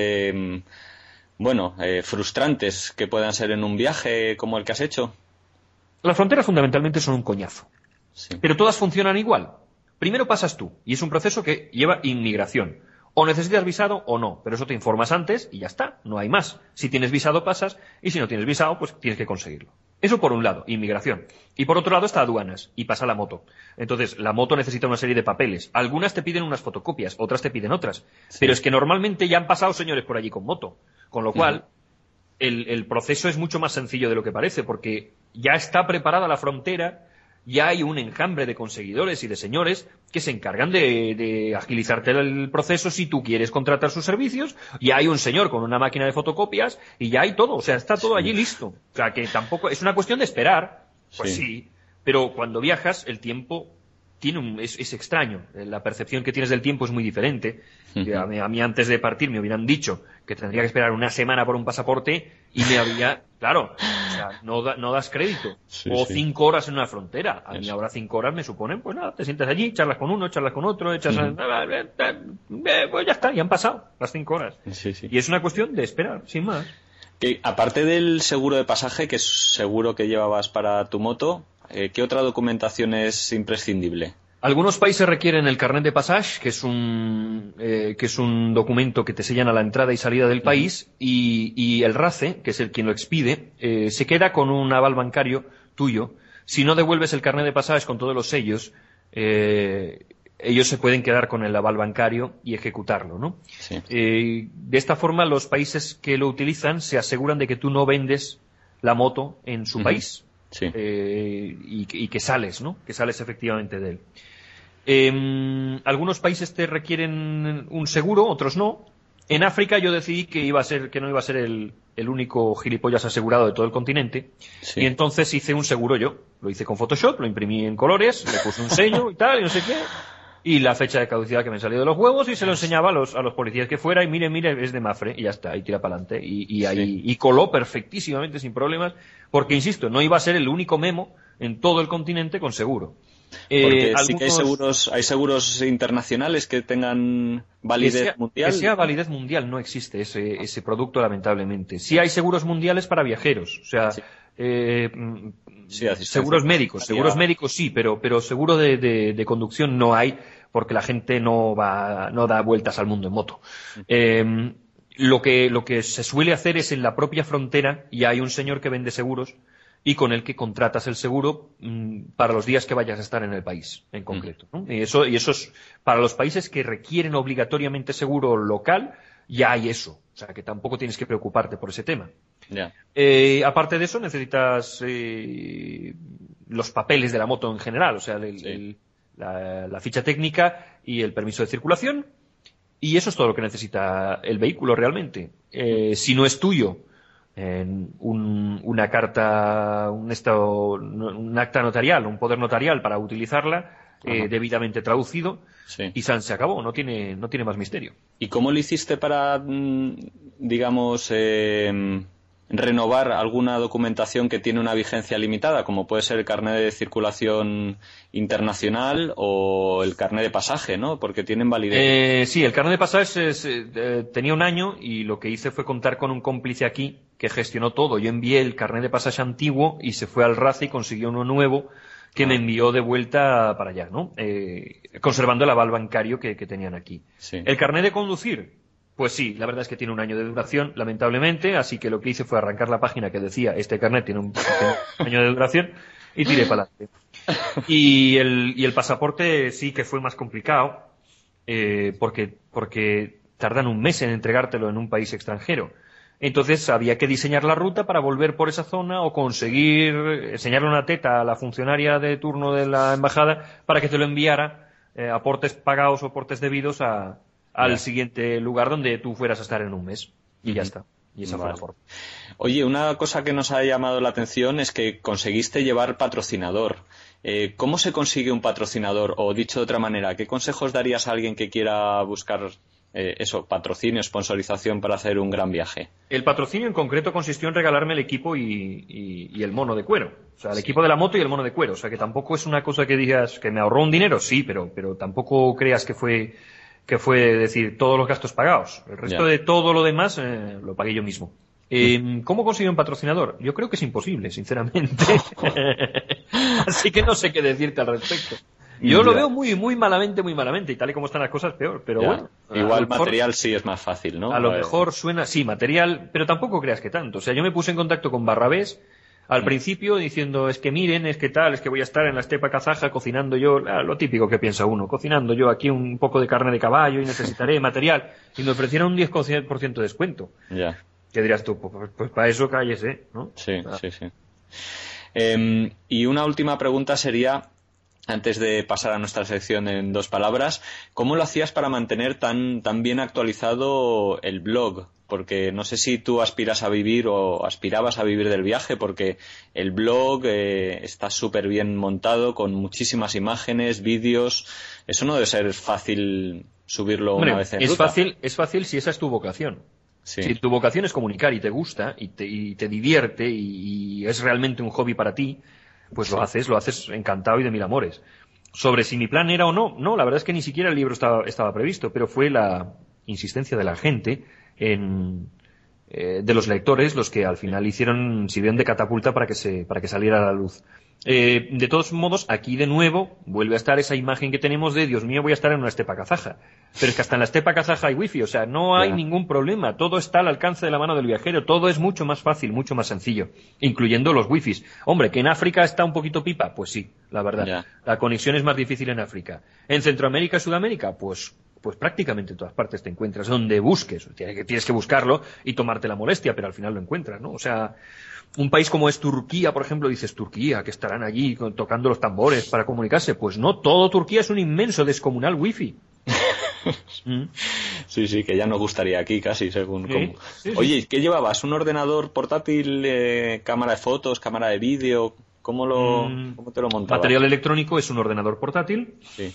frustrantes que puedan ser en un viaje como el que has hecho. Las fronteras fundamentalmente son un coñazo, sí. Pero todas funcionan igual. Primero pasas tú, y es un proceso que lleva inmigración. O necesitas visado o no, pero eso te informas antes y ya está, no hay más. Si tienes visado pasas, y si no tienes visado, pues tienes que conseguirlo. Eso por un lado, inmigración. Y por otro lado está aduanas, y pasa la moto. Entonces, la moto necesita una serie de papeles. Algunas te piden unas fotocopias, otras te piden otras. Sí. Pero es que normalmente ya han pasado señores por allí con moto. Con lo cual, el proceso es mucho más sencillo de lo que parece, porque ya está preparada la frontera, ya hay un enjambre de conseguidores y de señores que se encargan de agilizarte el proceso si tú quieres contratar sus servicios. Ya hay un señor con una máquina de fotocopias y ya hay todo. O sea, está todo allí listo. O sea, que tampoco es una cuestión de esperar. Pues sí. Pero cuando viajas, el tiempo es extraño. La percepción que tienes del tiempo es muy diferente. A mí antes de partir me hubieran dicho que tendría que esperar una semana por un pasaporte y me había... Claro, o sea, no das crédito. O 5 horas en una frontera. A mí ahora 5 horas me suponen, pues nada, te sientas allí, charlas con uno, charlas con otro, pues ya está, ya han pasado las 5 horas. Y es una cuestión de esperar, sin más. Que aparte del seguro de pasaje, que es seguro que llevabas para tu moto, ¿qué otra documentación es imprescindible? Algunos países requieren el carnet de passage, que es un documento que te sellan a la entrada y salida del país, y el RACE, que es quien lo expide, se queda con un aval bancario tuyo Si no devuelves el carnet de pasajes con todos los sellos, ellos se pueden quedar con el aval bancario y ejecutarlo, ¿no? Sí. De esta forma, los países que lo utilizan se aseguran de que tú no vendes la moto en su país. Sí. Y que sales, ¿no? Que sales efectivamente de él. Algunos países te requieren un seguro, otros no. En África yo decidí que no iba a ser el único gilipollas asegurado de todo el continente. Sí. Y entonces hice un seguro yo. Lo hice con Photoshop, lo imprimí en colores, le puse un sello y tal, y no sé qué. Y la fecha de caducidad que me salió de los huevos, y se lo enseñaba a los policías que fuera, y mire, es de Mafre, y ya está, y tira para adelante. Y coló perfectísimamente, sin problemas, porque, insisto, no iba a ser el único memo en todo el continente con seguro. Porque sí que hay seguros internacionales que tengan validez mundial. Que sea validez mundial, no existe ese producto, lamentablemente. Sí hay seguros mundiales para viajeros, o sea, Sí. seguros médicos sí, pero seguro de conducción no hay, porque la gente no da vueltas al mundo en moto. Lo que se suele hacer es en la propia frontera, y hay un señor que vende seguros, y con el que contratas el seguro para los días que vayas a estar en el país en concreto, ¿no? Y eso es para los países que requieren obligatoriamente seguro local, ya hay eso, o sea que tampoco tienes que preocuparte por ese tema. Yeah. Aparte de eso necesitas los papeles de la moto en general, o sea la ficha técnica y el permiso de circulación, y eso es todo lo que necesita el vehículo realmente. Si no es tuyo, una carta, un acta notarial, un poder notarial para utilizarla, debidamente traducido, Sí. y se acabó, no tiene más misterio. ¿Y cómo lo hiciste para, digamos, renovar alguna documentación que tiene una vigencia limitada, como puede ser el carnet de circulación internacional o el carnet de pasaje, ¿no? Porque tienen validez. Sí, el carnet de pasajes tenía 1 año, y lo que hice fue contar con un cómplice aquí que gestionó todo. Yo envié el carnet de pasaje antiguo y se fue al RACE y consiguió uno nuevo que me envió de vuelta para allá, ¿no? Conservando el aval bancario que tenían aquí. Sí. El carnet de conducir, pues sí, la verdad es que tiene 1 año de duración, lamentablemente, así que lo que hice fue arrancar la página que decía este carnet tiene un año de duración, y tiré para adelante. Y el pasaporte sí que fue más complicado, porque tardan 1 mes en entregártelo en un país extranjero. Entonces había que diseñar la ruta para volver por esa zona, o conseguir enseñarle una teta a la funcionaria de turno de la embajada para que te lo enviara, aportes pagados o aportes debidos al siguiente lugar donde tú fueras a estar en 1 mes. Y ya está. Y esa fue la forma. Oye, una cosa que nos ha llamado la atención es que conseguiste llevar patrocinador. ¿Cómo se consigue un patrocinador? O dicho de otra manera, ¿qué consejos darías a alguien que quiera buscar patrocinio, sponsorización para hacer un gran viaje? El patrocinio en concreto consistió en regalarme el equipo y el mono de cuero. O sea, el equipo de la moto y el mono de cuero. O sea, que tampoco es una cosa que digas que me ahorró un dinero, sí, pero tampoco creas que fue decir todos los gastos pagados. El resto de todo lo demás lo pagué yo mismo. ¿Cómo conseguir un patrocinador? Yo creo que es imposible, sinceramente. Así que no sé qué decirte al respecto. Yo lo veo muy, muy malamente, y tal y como están las cosas, peor. Pero bueno. Igual material sí es más fácil, ¿no? A lo mejor suena, sí, material, pero tampoco creas que tanto. O sea, yo me puse en contacto con Barrabés al principio diciendo, es que miren, es que tal, es que voy a estar en la estepa kazaja cocinando yo, lo típico que piensa uno, cocinando yo aquí un poco de carne de caballo y necesitaré material. Y me ofrecieron un 10% de descuento. Ya. ¿Qué dirás tú? Pues para eso cállese, ¿no? Sí. Y una última pregunta sería, antes de pasar a nuestra sección en 2 palabras, ¿cómo lo hacías para mantener tan bien actualizado el blog? Porque no sé si tú aspirabas a vivir del viaje, porque el blog está súper bien montado, con muchísimas imágenes, vídeos. Eso no debe ser fácil subirlo una vez en ruta. Es fácil si esa es tu vocación. Sí. Si tu vocación es comunicar y te gusta y te divierte y es realmente un hobby para ti, pues lo haces encantado y de 1000 amores. Sobre si mi plan era o no, la verdad es que ni siquiera el libro estaba previsto, pero fue la insistencia de la gente de los lectores los que al final sirvieron de catapulta para que saliera a la luz. De todos modos, aquí de nuevo vuelve a estar esa imagen que tenemos de, Dios mío, voy a estar en una estepa kazaja. Pero es que hasta en la estepa kazaja hay wifi, o sea, no hay ningún problema. Todo está al alcance de la mano del viajero. Todo es mucho más fácil, mucho más sencillo, incluyendo los wifis. Hombre, que en África está un poquito pipa, pues sí, la verdad. La conexión es más difícil en África. En Centroamérica y Sudamérica, pues prácticamente en todas partes te encuentras, donde busques. Tienes que buscarlo y tomarte la molestia, pero al final lo encuentras, ¿no? O sea, un país como es Turquía, por ejemplo, dices, Turquía, que estarán allí tocando los tambores para comunicarse. Pues no, todo Turquía es un inmenso descomunal wifi. Sí, que ya nos gustaría aquí casi, según cómo. Sí. Oye, ¿qué llevabas? ¿Un ordenador portátil, cámara de fotos, cámara de vídeo? ¿Cómo te lo montabas? Material electrónico es un ordenador portátil. Sí.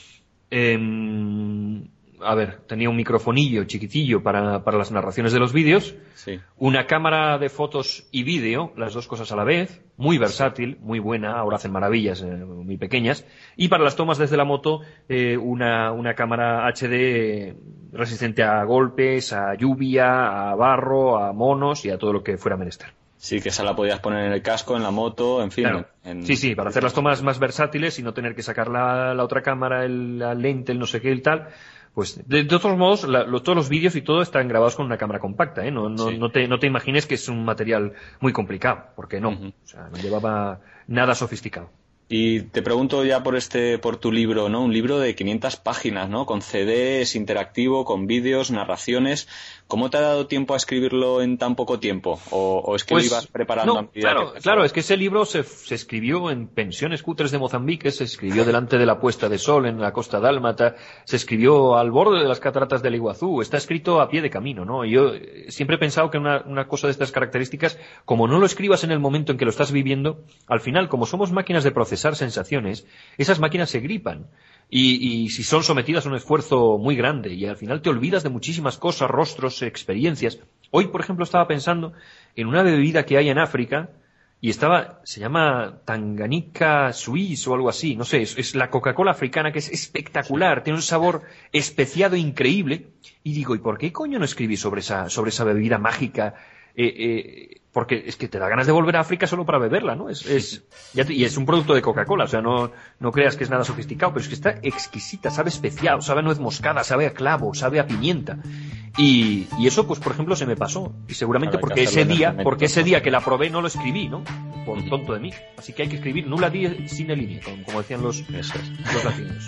A ver, tenía un microfonillo chiquitillo para las narraciones de los vídeos, una cámara de fotos y vídeo, las dos cosas a la vez, muy versátil, muy buena, ahora hacen maravillas muy pequeñas, y para las tomas desde la moto, una cámara HD resistente a golpes, a lluvia, a barro, a monos y a todo lo que fuera menester. Sí, que esa la podías poner en el casco, en la moto, en fin. Claro. Sí, para hacer las tomas más versátiles y no tener que sacar la otra cámara, la lente, el no sé qué, el tal. Pues, de todos modos, todos los vídeos y todo están grabados con una cámara compacta, ¿eh? No te imagines que es un material muy complicado, porque no. O sea, no llevaba nada sofisticado. Y te pregunto ya por tu libro, ¿no? Un libro de 500 páginas, ¿no? Con CDs, interactivo, con vídeos, narraciones. ¿Cómo te ha dado tiempo a escribirlo en tan poco tiempo? ¿O es que lo ibas preparando a medida que... Claro, es que ese libro se escribió en pensiones cutres de Mozambique, se escribió delante de la puesta de sol en la costa dálmata, se escribió al borde de las cataratas del Iguazú, está escrito a pie de camino, ¿no? Yo siempre he pensado que una cosa de estas características, como no lo escribas en el momento en que lo estás viviendo, al final, como somos máquinas de procesar sensaciones, esas máquinas se gripan. Y si son sometidas a un esfuerzo muy grande y al final te olvidas de muchísimas cosas, rostros, experiencias. Hoy, por ejemplo, estaba pensando en una bebida que hay en África y se llama Tanganyika Suisse o algo así, no sé, es la Coca-Cola africana, que es espectacular, tiene un sabor especiado increíble, y digo, ¿y por qué coño no escribí sobre esa bebida mágica? Porque es que te da ganas de volver a África solo para beberla, ¿no? Y es un producto de Coca-Cola, o sea, no creas que es nada sofisticado, pero es que está exquisita, sabe especial, sabe a nuez moscada, sabe a clavo, sabe a pimienta. Y eso, pues, por ejemplo, se me pasó. Y seguramente porque ese día que la probé no lo escribí, ¿no? Por tonto de mí. Así que hay que escribir nulla die sine linea, como decían los latinos.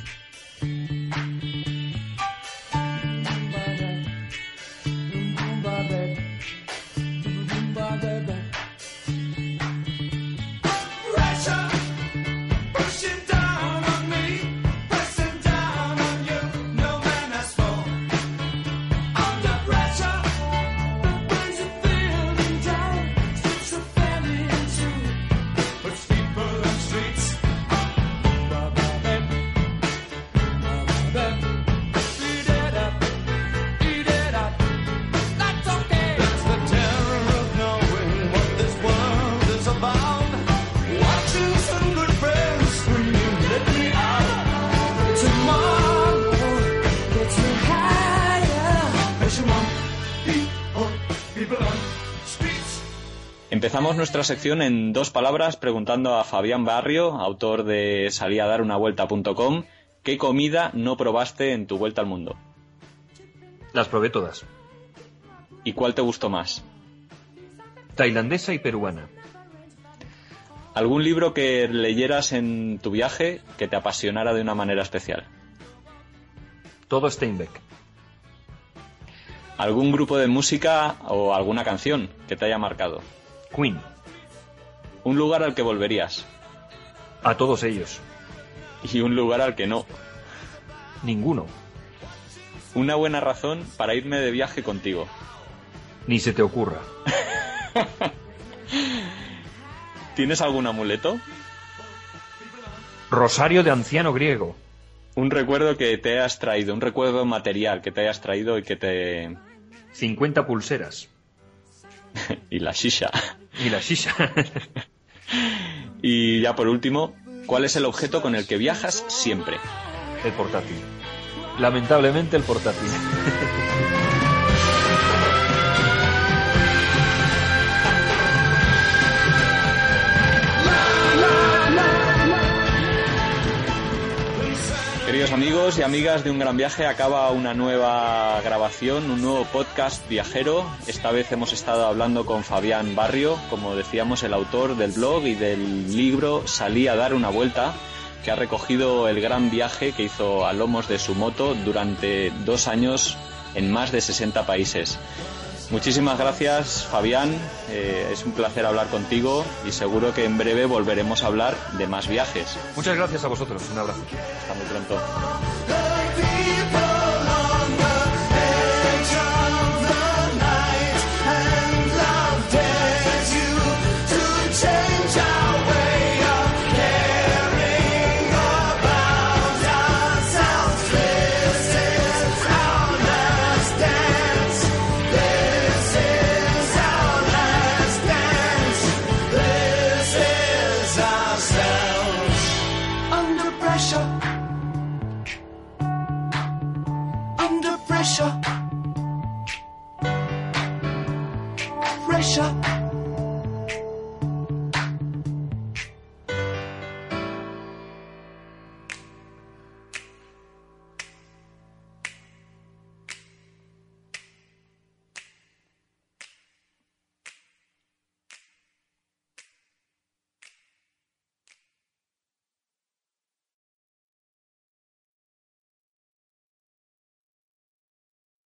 Empezamos nuestra sección en 2 palabras preguntando a Fabián Barrio, autor de salíadarunavuelta.com, ¿qué comida no probaste en tu vuelta al mundo? Las probé todas. ¿Y cuál te gustó más? Tailandesa y peruana. ¿Algún libro que leyeras en tu viaje que te apasionara de una manera especial? Todo Steinbeck. ¿Algún grupo de música o alguna canción que te haya marcado? Queen. ¿Un lugar al que volverías? A todos ellos. ¿Y un lugar al que no? Ninguno. ¿Una buena razón para irme de viaje contigo? Ni se te ocurra. ¿Tienes algún amuleto? Rosario de anciano griego. Un recuerdo que te hayas traído, un recuerdo material que te hayas traído y que te... 50 pulseras. Y la shisha. Y la shisha. Y ya por último, ¿cuál es el objeto con el que viajas siempre? El portátil. Lamentablemente el portátil. Queridos amigos y amigas de Un Gran Viaje, acaba una nueva grabación, un nuevo podcast viajero. Esta vez hemos estado hablando con Fabián Barrio, como decíamos, el autor del blog y del libro Salí a dar una vuelta, que ha recogido el gran viaje que hizo a lomos de su moto durante 2 años en más de 60 países. Muchísimas gracias, Fabián, es un placer hablar contigo y seguro que en breve volveremos a hablar de más viajes. Muchas gracias a vosotros, un abrazo. Hasta muy pronto. Under pressure.